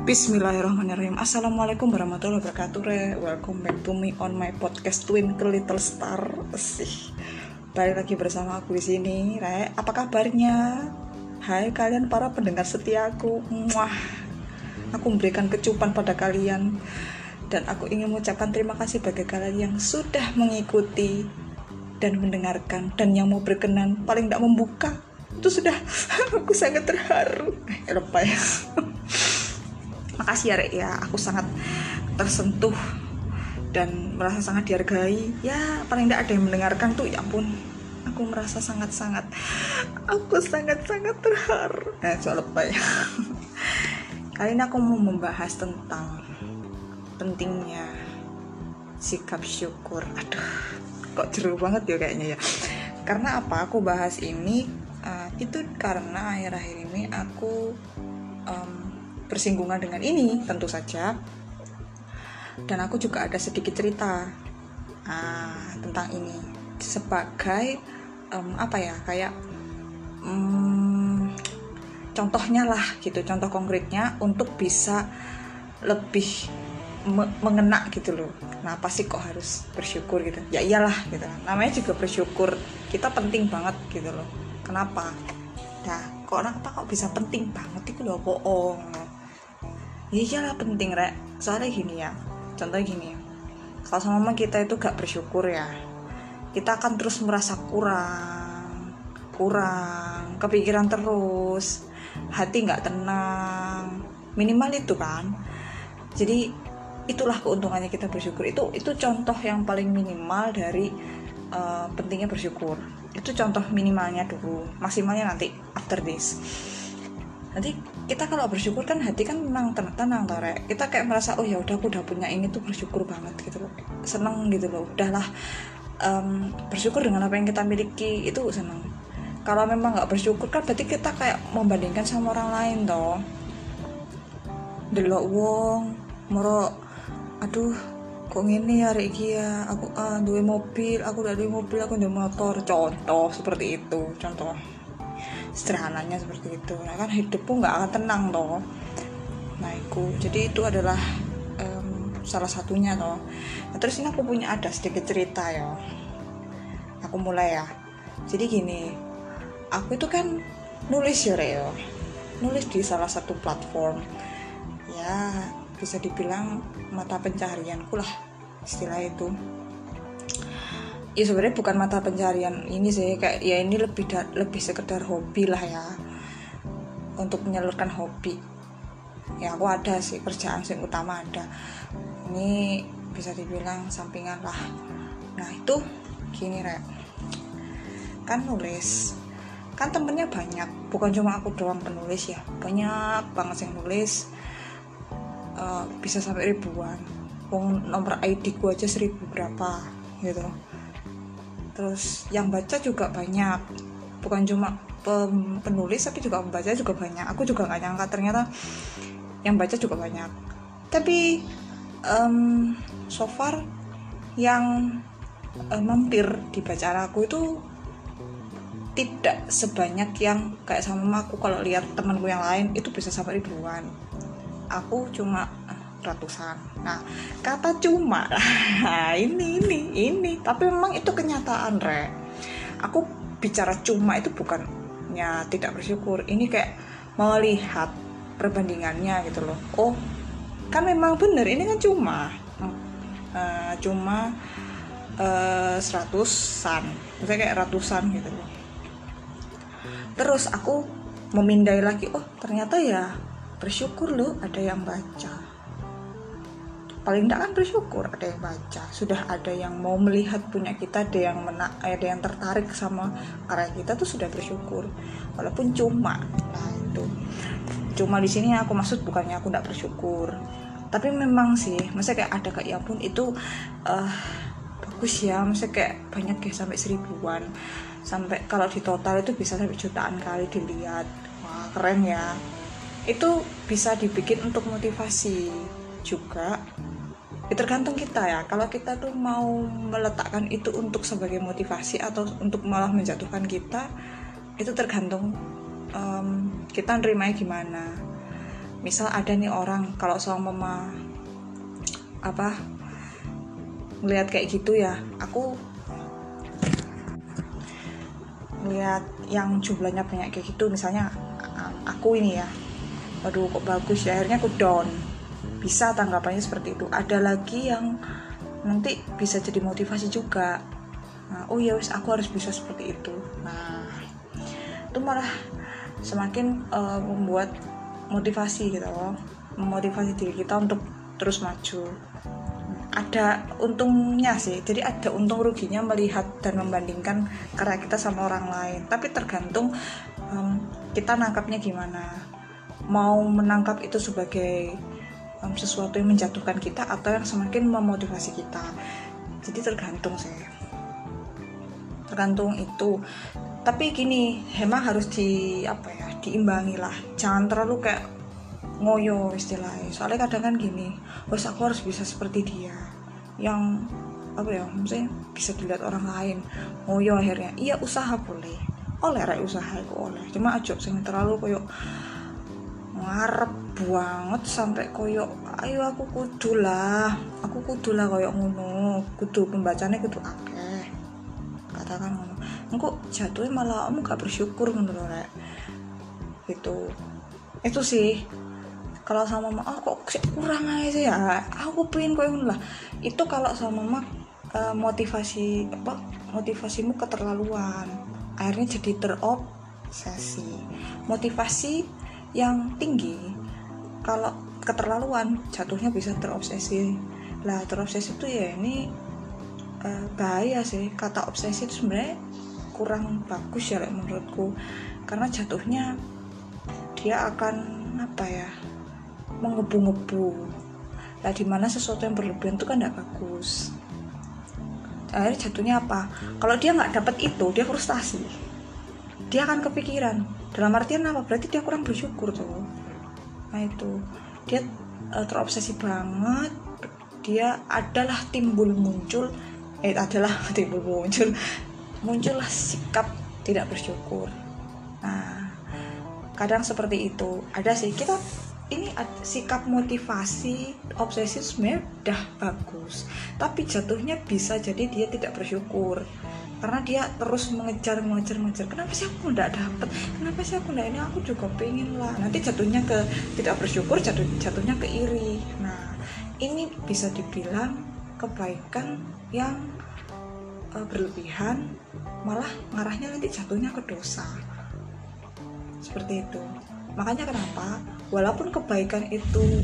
Bismillahirrahmanirrahim. Assalamualaikum warahmatullahi wabarakatuh. Welcome back to me on my podcast Twinkle Little Star. Balik lagi bersama aku di sini, Re. Apa kabarnya? Hai kalian para pendengar setiaku. Aku memberikan kecupan pada kalian dan aku ingin mengucapkan terima kasih bagi kalian yang sudah mengikuti dan mendengarkan, dan yang mau berkenan paling tidak membuka. Itu sudah aku sangat terharu. Lupa ya. Makasih ya Rek ya, aku sangat tersentuh dan merasa sangat dihargai. Ya paling tidak ada yang mendengarkan tuh, ya ampun, aku merasa sangat-sangat terharu. Soal apa ya. Kali ini aku mau membahas tentang pentingnya sikap syukur. Aduh, kok jeru banget ya kayaknya ya. Karena apa aku bahas ini? Itu karena akhir-akhir ini aku bersinggungan dengan ini tentu saja, dan aku juga ada sedikit cerita tentang ini sebagai kayak contohnya lah gitu, contoh konkretnya untuk bisa lebih mengena gitu loh. Kenapa sih kok harus bersyukur gitu? Ya iyalah gitu, namanya juga bersyukur, kita penting banget gitu loh. Kenapa? Nah, kok bisa penting banget itu loh, bohong. Ya iyalah penting Rek, soalnya gini ya, contohnya gini, kalau sama kita itu gak bersyukur ya, kita akan terus merasa kurang, kepikiran terus, hati gak tenang, minimal itu kan. Jadi itulah keuntungannya kita bersyukur. Itu contoh yang paling minimal dari pentingnya bersyukur. Itu contoh minimalnya dulu, maksimalnya nanti after this. Nanti kita kalau bersyukur kan hati kan memang tenang toh Rek. Kita kayak merasa oh ya udah aku udah punya ini tuh, bersyukur banget gitu loh, seneng gitu loh. Udahlah, bersyukur dengan apa yang kita miliki itu seneng. Kalau memang nggak bersyukur kan berarti kita kayak membandingkan sama orang lain toh. Delok wong moro, aduh kok ngene ya Rek iki ya, aku duwe mobil, aku udah duwe mobil, aku duwe motor, contoh seperti itu, contoh sederhananya seperti itu. Nah kan hidupku nggak akan tenang toh. Nah jadi itu adalah salah satunya toh. Nah, terus ini aku punya ada sedikit cerita ya. Aku mulai ya. Jadi gini, aku itu kan nulis ya Reo, nulis di salah satu platform. Ya bisa dibilang mata pencaharianku lah istilah itu. Ya sebenarnya bukan mata pencarian ini sih, kayak ya ini lebih sekedar hobi lah ya, untuk menyalurkan hobi. Ya aku ada sih kerjaan yang utama ada, ini bisa dibilang sampingan lah. Nah itu gini Rek, kan nulis kan temennya banyak, bukan cuma aku doang penulis ya, banyak banget yang nulis, bisa sampai ribuan. Nomor ID ku aja 1000 berapa gitu. Terus yang baca juga banyak, bukan cuma penulis tapi juga pembaca juga banyak. Aku juga gak nyangka ternyata yang baca juga banyak. Tapi so far yang mampir di bacaan aku itu tidak sebanyak yang kayak sama aku. Kalau lihat temanku yang lain itu bisa sampai ribuan, aku cuma ratusan. Nah kata cuma ini tapi memang itu kenyataan Rek. Aku bicara cuma itu bukannya tidak bersyukur, ini kayak melihat perbandingannya gitu loh. Oh kan memang bener, ini kan cuma seratusan, misalnya kayak ratusan gitu loh. Terus aku memindai lagi, oh ternyata ya bersyukur loh ada yang baca. Paling tidak kan bersyukur ada yang baca, sudah ada yang mau melihat punya kita, ada yang tertarik sama karya kita tuh sudah bersyukur, walaupun cuma. Nah itu cuma di sini aku maksud bukannya aku tidak bersyukur, tapi memang sih maksudnya kayak ada kayak ya pun itu bagus ya, maksudnya kayak banyak ya sampai 1000-an, sampai kalau di total itu bisa sampai jutaan kali dilihat. Wah keren ya. Itu bisa dibikin untuk motivasi juga. Ya tergantung kita ya, kalau kita tuh mau meletakkan itu untuk sebagai motivasi atau untuk malah menjatuhkan kita, itu tergantung kita nerimanya gimana. misal ada nih orang, kalau sama mama ngelihat kayak gitu ya, aku ngelihat yang jumlahnya banyak kayak gitu, misalnya aku ini ya, waduh kok bagus ya, akhirnya aku down. Bisa tanggapannya seperti itu. Ada lagi yang nanti bisa jadi motivasi juga. Nah, oh ya wis, aku harus bisa seperti itu. Nah, itu malah semakin membuat motivasi gitu loh, memotivasi diri kita untuk terus maju. Ada untungnya sih, jadi ada untung ruginya melihat dan membandingkan karya kita sama orang lain, tapi tergantung kita nangkapnya gimana, mau menangkap itu sebagai sesuatu yang menjatuhkan kita atau yang semakin memotivasi kita. Jadi tergantung sih, tergantung itu. Tapi gini, emang harus diimbangi lah, jangan terlalu kayak ngoyo istilahnya. Soalnya kadang kan gini, wes aku harus bisa seperti dia, yang maksudnya bisa dilihat orang lain, ngoyo akhirnya. Iya, usaha boleh, oleh rek usaha itu oleh, cuma aja sing terlalu koyo ngarep banget sampai koyo ayo aku kudu lah koyo ngono, kudu pembacanya kudu akeh, katakan ngono. Engko jatuhnya malah kamu gak bersyukur ngono lho rek. Itu sih. Kalau sama mama, kok kurang aja sih ya, aku pengen koyo ngono lah. Itu kalau sama mama motivasimu keterlaluan, akhirnya jadi terobsesi. Motivasi yang tinggi kalau keterlaluan jatuhnya bisa terobsesi. Lah terobsesi itu ya ini bahaya sih. Kata obsesi itu sebenarnya kurang bagus ya menurutku, karena jatuhnya dia akan menggebu-gebu. Nah, dimana sesuatu yang berlebihan itu kan tidak bagus. Akhirnya jatuhnya apa? Kalau dia nggak dapat itu, dia frustasi. Dia akan kepikiran. Dalam artian apa? Berarti dia kurang bersyukur tuh. Nah itu, dia terobsesi banget. Dia muncullah sikap tidak bersyukur. Nah, kadang seperti itu. Ada sih kita ini sikap motivasi obsesi sebenarnya udah bagus, tapi jatuhnya bisa jadi dia tidak bersyukur karena dia terus mengejar. Kenapa sih aku nggak dapet, kenapa sih aku nggak ini, aku juga pengen lah. Nanti jatuhnya ke tidak bersyukur, jatuhnya ke iri. Nah, ini bisa dibilang kebaikan yang berlebihan, malah ngarahnya nanti jatuhnya ke dosa. Seperti itu. Makanya kenapa walaupun kebaikan itu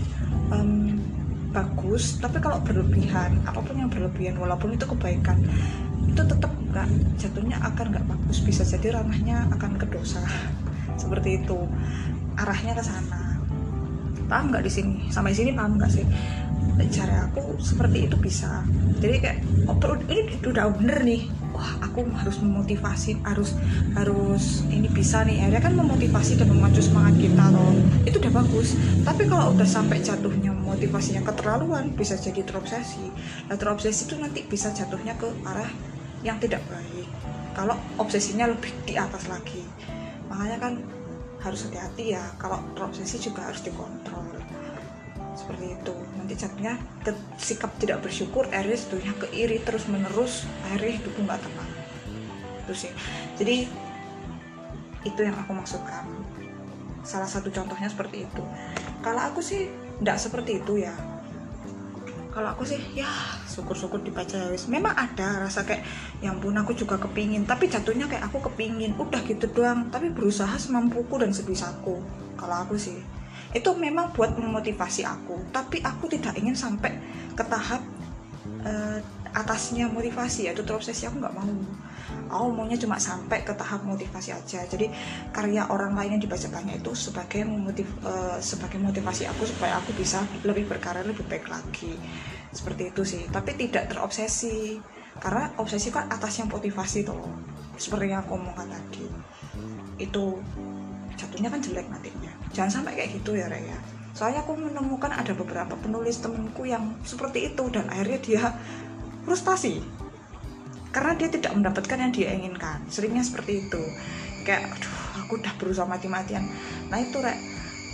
bagus, tapi kalau berlebihan, apapun yang berlebihan walaupun itu kebaikan, itu tetap jatuhnya akan nggak bagus, bisa jadi ranahnya akan ke dosa. Seperti itu, arahnya ke sana. Paham nggak di sini? Sampai sini paham nggak sih? Cara aku seperti itu bisa. Jadi kayak ini udah bener nih. Wah, aku harus memotivasi, harus ini bisa nih. Akhirnya kan memotivasi dan memacu semangat kita loh. Itu udah bagus. Tapi kalau udah sampai jatuhnya motivasinya keterlaluan, bisa jadi terobsesi. Nah, terobsesi itu nanti bisa jatuhnya ke arah yang tidak baik. Kalau obsesinya lebih di atas lagi. Makanya kan harus hati-hati ya. Kalau terobsesi juga harus dikontrol. Seperti itu, nanti jatuhnya ke sikap tidak bersyukur, akhirnya jatuhnya ke iri terus menerus, akhirnya hidupku nggak tenang. Itu sih. Jadi itu yang aku maksudkan. Salah satu contohnya seperti itu. Kalau aku sih nggak seperti itu ya. Kalau aku sih ya syukur-syukur dibaca wis. Memang ada rasa kayak ya ampun aku juga kepingin, tapi jatuhnya kayak aku kepingin udah gitu doang, tapi berusaha semampuku dan sebisaku. Kalau aku sih itu memang buat memotivasi aku, tapi aku tidak ingin sampai ke tahap atasnya motivasi, yaitu terobsesi. Aku nggak mau. Aku maunya cuma sampai ke tahap motivasi aja. Jadi karya orang lain yang dibaca banyak itu sebagai motivasi aku supaya aku bisa lebih berkarya lebih baik lagi. Seperti itu sih. Tapi tidak terobsesi, karena obsesi kan atasnya motivasi tuh. Seperti yang aku omongkan tadi. Itu jatuhnya kan jelek nantinya. Jangan sampai kayak gitu ya Raya. Soalnya aku menemukan ada beberapa penulis temenku yang seperti itu, dan akhirnya dia frustasi karena dia tidak mendapatkan yang dia inginkan. Seringnya seperti itu. Kayak aduh aku udah berusaha mati-matian. Nah itu Rek,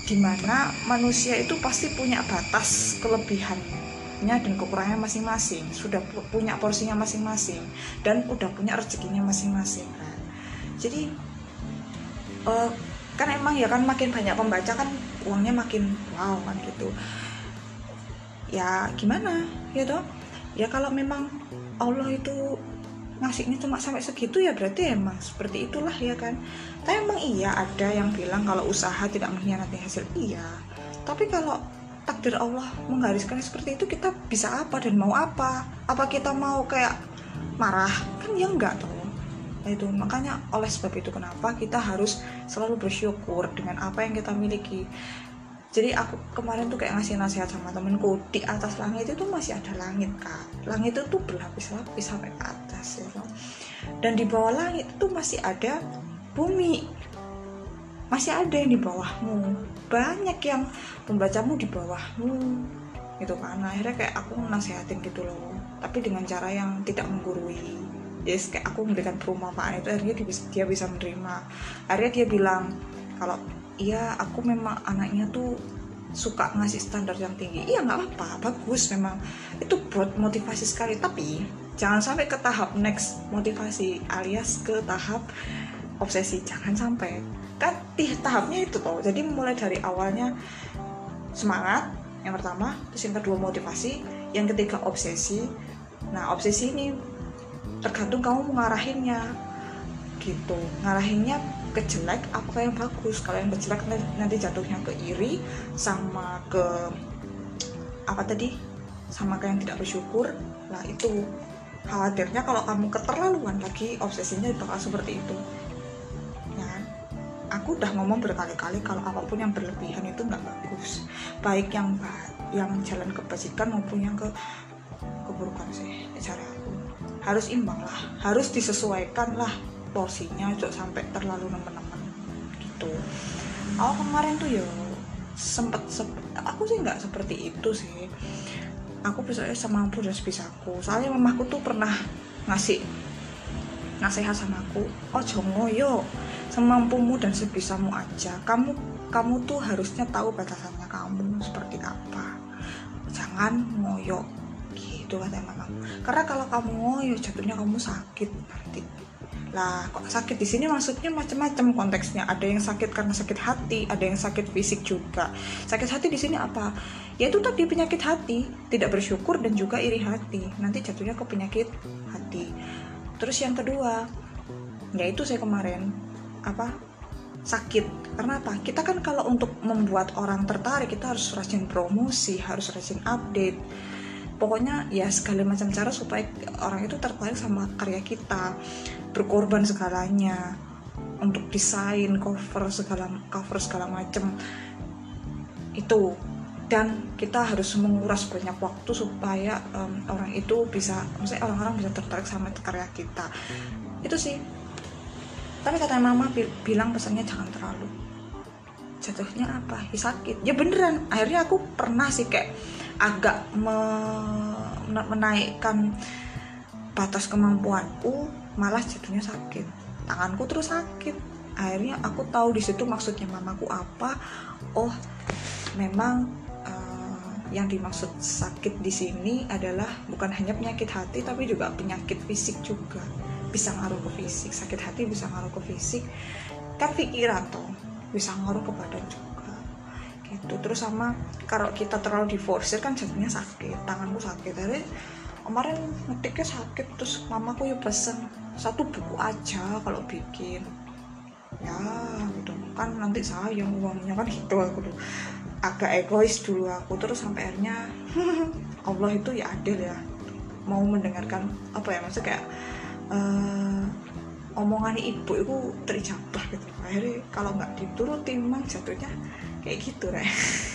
dimana manusia itu pasti punya batas kelebihannya dan kekurangannya masing-masing, sudah punya porsinya masing-masing dan udah punya rezekinya masing-masing kan. Jadi kan emang ya kan makin banyak pembaca kan uangnya makin wow kan gitu ya, gimana ya toh ya, kalau memang Allah itu ngasihnya cuma sampai segitu ya berarti emang seperti itulah ya kan. Tapi emang iya ada yang bilang kalau usaha tidak mengkhianati hasil, iya, tapi kalau takdir Allah menggariskan seperti itu, kita bisa apa dan mau apa kita mau kayak marah kan ya enggak toh. Itu makanya oleh sebab itu kenapa kita harus selalu bersyukur dengan apa yang kita miliki. Jadi aku kemarin tuh kayak ngasih nasihat sama temenku, di atas langit itu masih ada langit kak, langit itu tuh berlapis-lapis sampai ke atas ya kan? Dan di bawah langit itu masih ada bumi, masih ada yang di bawahmu, banyak yang pembacamu di bawahmu gitu kan. Akhirnya kayak aku nasihatin gitu loh, tapi dengan cara yang tidak menggurui. Yes, kayak aku memberikan perumpamaan itu, akhirnya dia bisa menerima. Akhirnya dia bilang kalau iya aku memang anaknya tuh suka ngasih standar yang tinggi. Iya nggak apa-apa, bagus, memang itu buat motivasi sekali. Tapi jangan sampai ke tahap next motivasi alias ke tahap obsesi, jangan sampai. Kan tahapnya itu toh. Jadi mulai dari awalnya semangat yang pertama, terus yang kedua motivasi, yang ketiga obsesi. Nah obsesi ini tergantung kamu mengarahinnya gitu, ngarahinnya ke jelek apa yang bagus. Kalau yang jelek nanti jatuhnya ke iri sama ke apa tadi, sama ke yang tidak bersyukur lah. Itu khawatirnya kalau kamu keterlaluan lagi obsesinya bakal seperti itu ya. Aku udah ngomong berkali-kali kalau apapun yang berlebihan itu nggak bagus, baik yang jalan kebajikan maupun yang ke keburukan sih. Cara aku harus imbang lah, harus disesuaikan lah porsinya, jangan sampai terlalu nemen-nemen gitu. Aku kemarin tuh ya sempet aku sih nggak seperti itu sih, aku biasanya semampu dan sebisaku. Soalnya mamaku tuh pernah ngasih nasihat sama aku, ojo ngoyo, semampumu dan sebisamu aja. Kamu tuh harusnya tahu batasannya kamu seperti apa, jangan ngoyo gitu kata mamaku. Karena kalau kamu ngoyo jatuhnya kamu sakit nanti. Lah kok sakit di sini maksudnya macam-macam konteksnya. Ada yang sakit karena sakit hati, ada yang sakit fisik juga. Sakit hati di sini apa? Yaitu tadi penyakit hati, tidak bersyukur dan juga iri hati. Nanti jatuhnya ke penyakit hati. Terus yang kedua, yaitu saya kemarin sakit. Karena apa? Kita kan kalau untuk membuat orang tertarik kita harus rajin promosi, harus rajin update. Pokoknya ya segala macam cara supaya orang itu tertarik sama karya kita, berkorban segalanya untuk desain cover segala macam itu. Dan kita harus menguras banyak waktu supaya orang itu bisa, maksudnya orang-orang bisa tertarik sama karya kita. Itu sih. Tapi kata mama bilang pesannya jangan terlalu, jatuhnya apa? Ya sakit. Ya beneran. Akhirnya aku pernah sih kayak agak menaikkan batas kemampuanku, malah jadinya sakit. Tanganku terus sakit. Akhirnya aku tahu di situ maksudnya mamaku apa. Oh, memang yang dimaksud sakit di sini adalah bukan hanya penyakit hati tapi juga penyakit fisik juga. Bisa ngaruh ke fisik. Sakit hati bisa ngaruh ke fisik. Kan pikiran toh, bisa ngaruh ke badan juga. Gitu. Terus sama kalau kita terlalu diforsir kan jadinya sakit, tanganku sakit. Jadi kemarin ngetiknya sakit, terus mamaku ya pesen 1 buku aja kalau bikin ya gitu kan, nanti sayang uangnya kan gitu. Aku tuh agak egois dulu aku, terus sampai akhirnya Allah itu ya adil ya, mau mendengarkan apa ya, maksudnya kayak omongan ibu itu terijabah gitu. Akhirnya kalau nggak dituruti memang jatuhnya kayak gitu deh.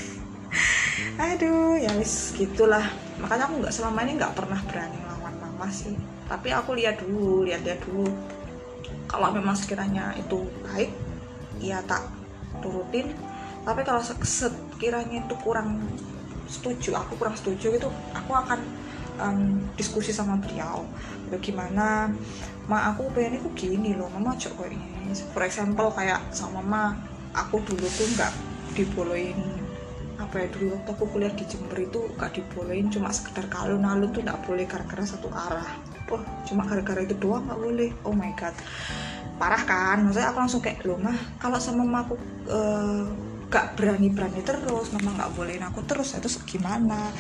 Aduh ya wis gitulah. Makanya aku nggak selama ini nggak pernah berani lawan mama sih, tapi aku lihat dulu kalau memang sekiranya itu baik ya tak turutin. Tapi kalau sekiranya itu kurang setuju gitu, aku akan diskusi sama beliau. Bagaimana aku pengen itu gini loh mama, cok kayak ini. For example kayak sama mama, aku dulu tuh dibolehin apa ya, dulu waktu aku kuliah di Jember itu gak dibolehin cuma sekedar kalau alun tuh gak boleh gara-gara satu arah. Wah, cuma gara-gara itu doang gak boleh. Oh my god, parah kan. Maksudnya aku langsung kayak, loh mah kalau sama mama aku gak berani-berani terus, mama gak bolehin aku terus, itu gimana?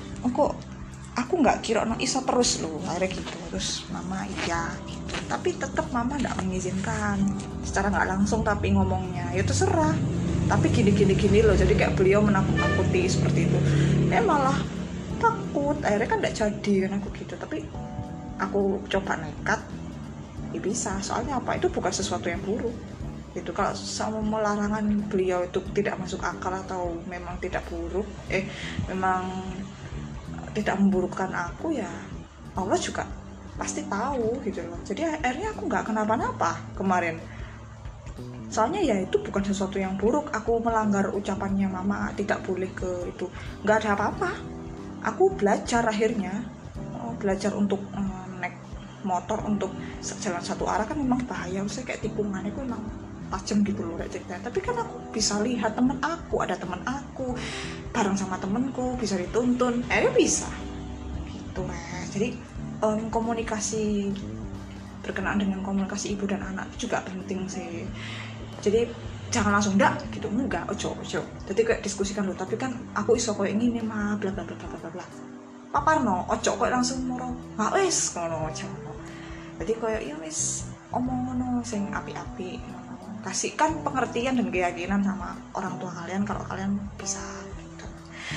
Aku nggak kira iso terus loh, akhirnya gitu. Terus mama iya gitu, tapi tetap mama nggak mengizinkan secara nggak langsung, tapi ngomongnya ya terserah, tapi gini loh. Jadi kayak beliau menakut-nakuti seperti itu, malah takut. Akhirnya kan nggak jadi kan aku gitu, tapi aku coba nekat ya bisa. Soalnya apa, itu bukan sesuatu yang buruk itu. Kalau sama larangan beliau itu tidak masuk akal atau memang tidak buruk, memang tidak memburukkan aku, ya Allah juga pasti tahu gitu loh. Jadi akhirnya aku nggak kenapa-napa kemarin. Soalnya ya itu bukan sesuatu yang buruk. Aku melanggar ucapannya mama tidak boleh ke itu, nggak ada apa-apa. Aku belajar akhirnya, belajar untuk naik motor untuk jalan satu arah kan memang bahaya. Maksudnya kayak tikungan itu memang tajam gitu loh kayak cerita. Tapi kan aku bisa lihat teman aku, ada teman aku bareng sama temenku bisa dituntun, bisa gitu. Jadi komunikasi berkenaan dengan komunikasi ibu dan anak juga penting sih. Jadi jangan langsung gitu, enggak, ojo. Jadi kayak diskusikan loh, tapi kan aku iso koyo ngene mah bla bla bla bla bla. Paparno, ojo koyo langsung moro. Nggak wis ngono aja. Jadi koyo ya wis omong ngono sing api-api. Kasihkan pengertian dan keyakinan sama orang tua kalian kalau kalian bisa gitu.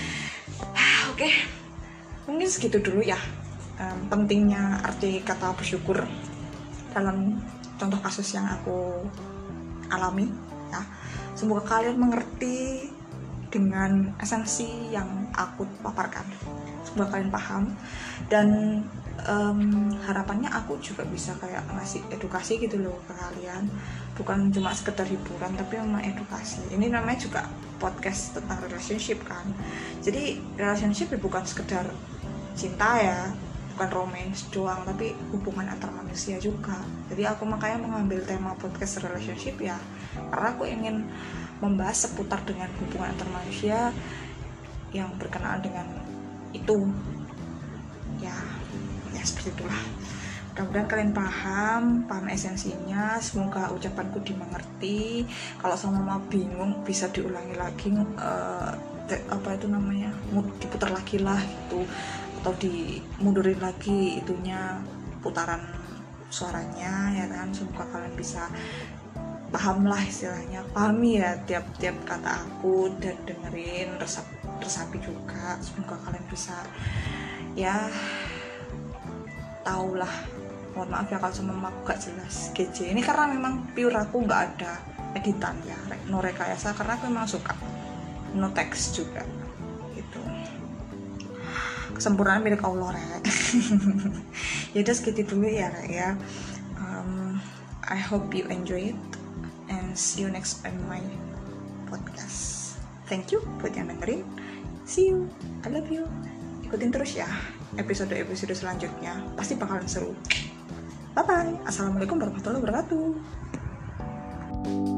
Oke. Mungkin segitu dulu ya. Pentingnya arti kata bersyukur dalam contoh kasus yang aku alami ya. Semoga kalian mengerti dengan esensi yang aku paparkan. Semoga kalian paham, dan harapannya aku juga bisa kayak ngasih edukasi gitu loh ke kalian, bukan cuma sekedar hiburan tapi memang edukasi. Ini namanya juga podcast tentang relationship kan, jadi relationship bukan sekedar cinta ya, bukan romance doang, tapi hubungan antar manusia juga. Jadi aku makanya mengambil tema podcast relationship ya, karena aku ingin membahas seputar dengan hubungan antar manusia yang berkenaan dengan itu ya seperti itulah. Mudah-mudahan kalian paham esensinya. Semoga ucapanku dimengerti. Kalau sama mama bingung bisa diulangi lagi, diputar lagi lah gitu, atau dimundurin lagi itunya, putaran suaranya ya kan. Semoga kalian bisa paham lah istilahnya, pahami ya tiap kata aku dan dengerin, resapi juga. Semoga kalian bisa ya tahu lah. Mohon maaf ya kalau sama aku gak jelas GJ ini, karena memang pure aku gak ada editan ya, no rekayasa, karena aku memang suka no teks juga gitu. Kesempurnaan milik Allah rek. Ya udah segitu dulu ya rek ya. I hope you enjoy it and see you next on my podcast. Thank you buat yang dengerin. See you, I love you. Ikutin terus ya episode selanjutnya, pasti bakalan seru. Bye bye. Assalamualaikum warahmatullahi wabarakatuh.